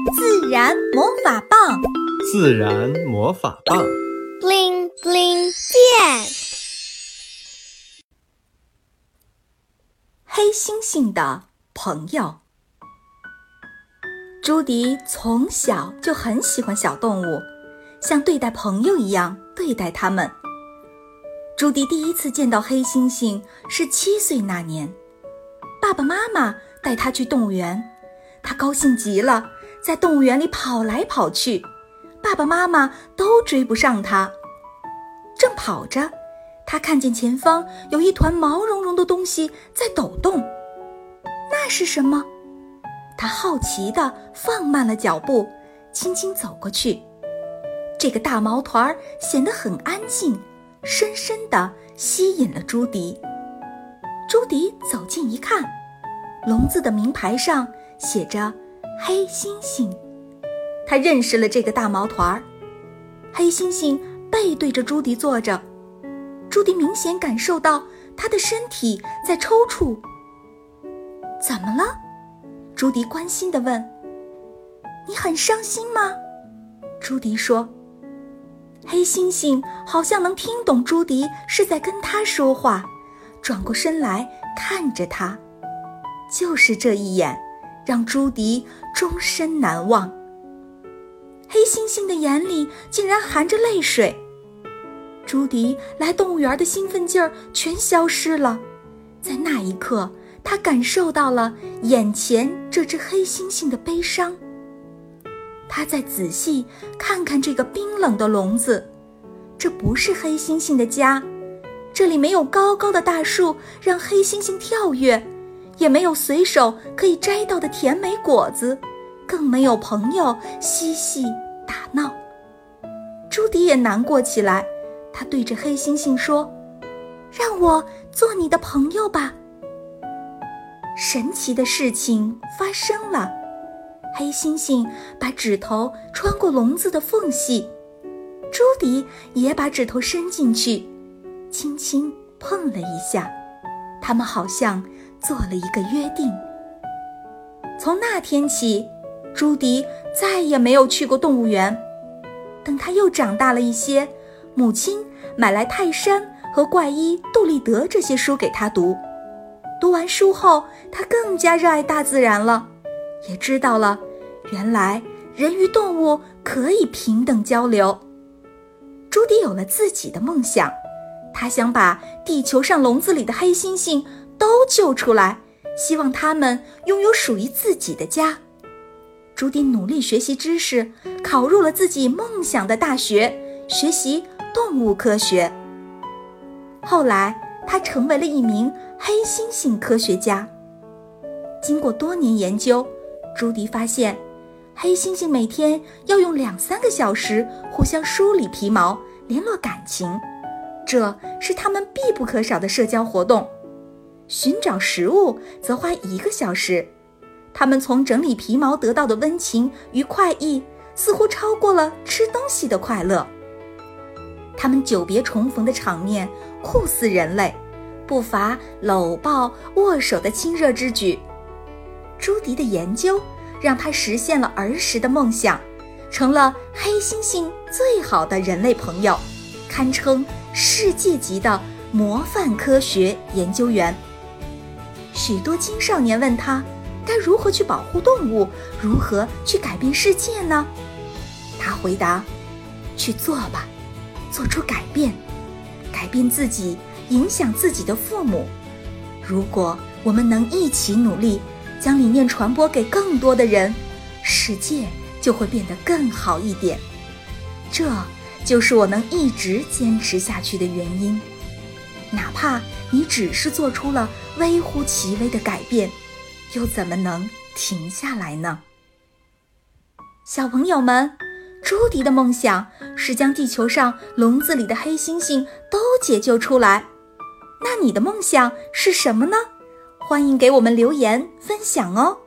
自然魔法棒， 自然魔法棒 ，bling bling 变。 黑猩猩的朋友。朱迪从小就很喜欢小动物，像对待朋友一样对待它们。朱迪第一次见到黑猩猩是7岁那年，爸爸妈妈带他去动物园，他高兴极了，在动物园里跑来跑去，爸爸妈妈都追不上他。正跑着，他看见前方有一团毛茸茸的东西在抖动，那是什么？他好奇地放慢了脚步，轻轻走过去。这个大毛团显得很安静，深深地吸引了朱迪。朱迪走近一看，笼子的名牌上写着黑猩猩。他认识了这个大毛团。黑猩猩背对着朱迪坐着，朱迪明显感受到他的身体在抽搐。怎么了？朱迪关心地问。你很伤心吗？朱迪说。黑猩猩好像能听懂朱迪是在跟他说话，转过身来看着他。就是这一眼，让朱迪终身难忘。黑猩猩的眼里竟然含着泪水。朱迪来动物园的兴奋劲儿全消失了。在那一刻，他感受到了眼前这只黑猩猩的悲伤。他再仔细看看这个冰冷的笼子，这不是黑猩猩的家，这里没有高高的大树让黑猩猩跳跃，也没有随手可以摘到的甜美果子，更没有朋友嬉戏打闹。朱迪也难过起来，他对着黑猩猩说：让我做你的朋友吧。神奇的事情发生了，黑猩猩把指头穿过笼子的缝隙，朱迪也把指头伸进去，轻轻碰了一下，他们好像做了一个约定。从那天起，朱迪再也没有去过动物园。等他又长大了一些，母亲买来泰山和怪医杜立德这些书给他读。读完书后，他更加热爱大自然了，也知道了原来人与动物可以平等交流。朱迪有了自己的梦想，他想把地球上笼子里的黑猩猩都救出来，希望他们拥有属于自己的家。朱迪努力学习知识，考入了自己梦想的大学，学习动物科学。后来他成为了一名黑猩猩科学家。经过多年研究，朱迪发现黑猩猩每天要用2-3个小时互相梳理皮毛，联络感情，这是他们必不可少的社交活动。寻找食物则花1个小时，他们从整理皮毛得到的温情与快意，似乎超过了吃东西的快乐。他们久别重逢的场面酷似人类，不乏搂抱、握手的亲热之举。朱迪的研究让他实现了儿时的梦想，成了黑猩猩最好的人类朋友，堪称世界级的模范科学研究员。许多青少年问他该如何去保护动物，如何去改变世界呢？他回答：去做吧，做出改变，改变自己，影响自己的父母。如果我们能一起努力，将理念传播给更多的人，世界就会变得更好一点。这就是我能一直坚持下去的原因。哪怕你只是做出了微乎其微的改变，又怎么能停下来呢？小朋友们，朱迪的梦想是将地球上笼子里的黑猩猩都解救出来。那你的梦想是什么呢？欢迎给我们留言分享哦。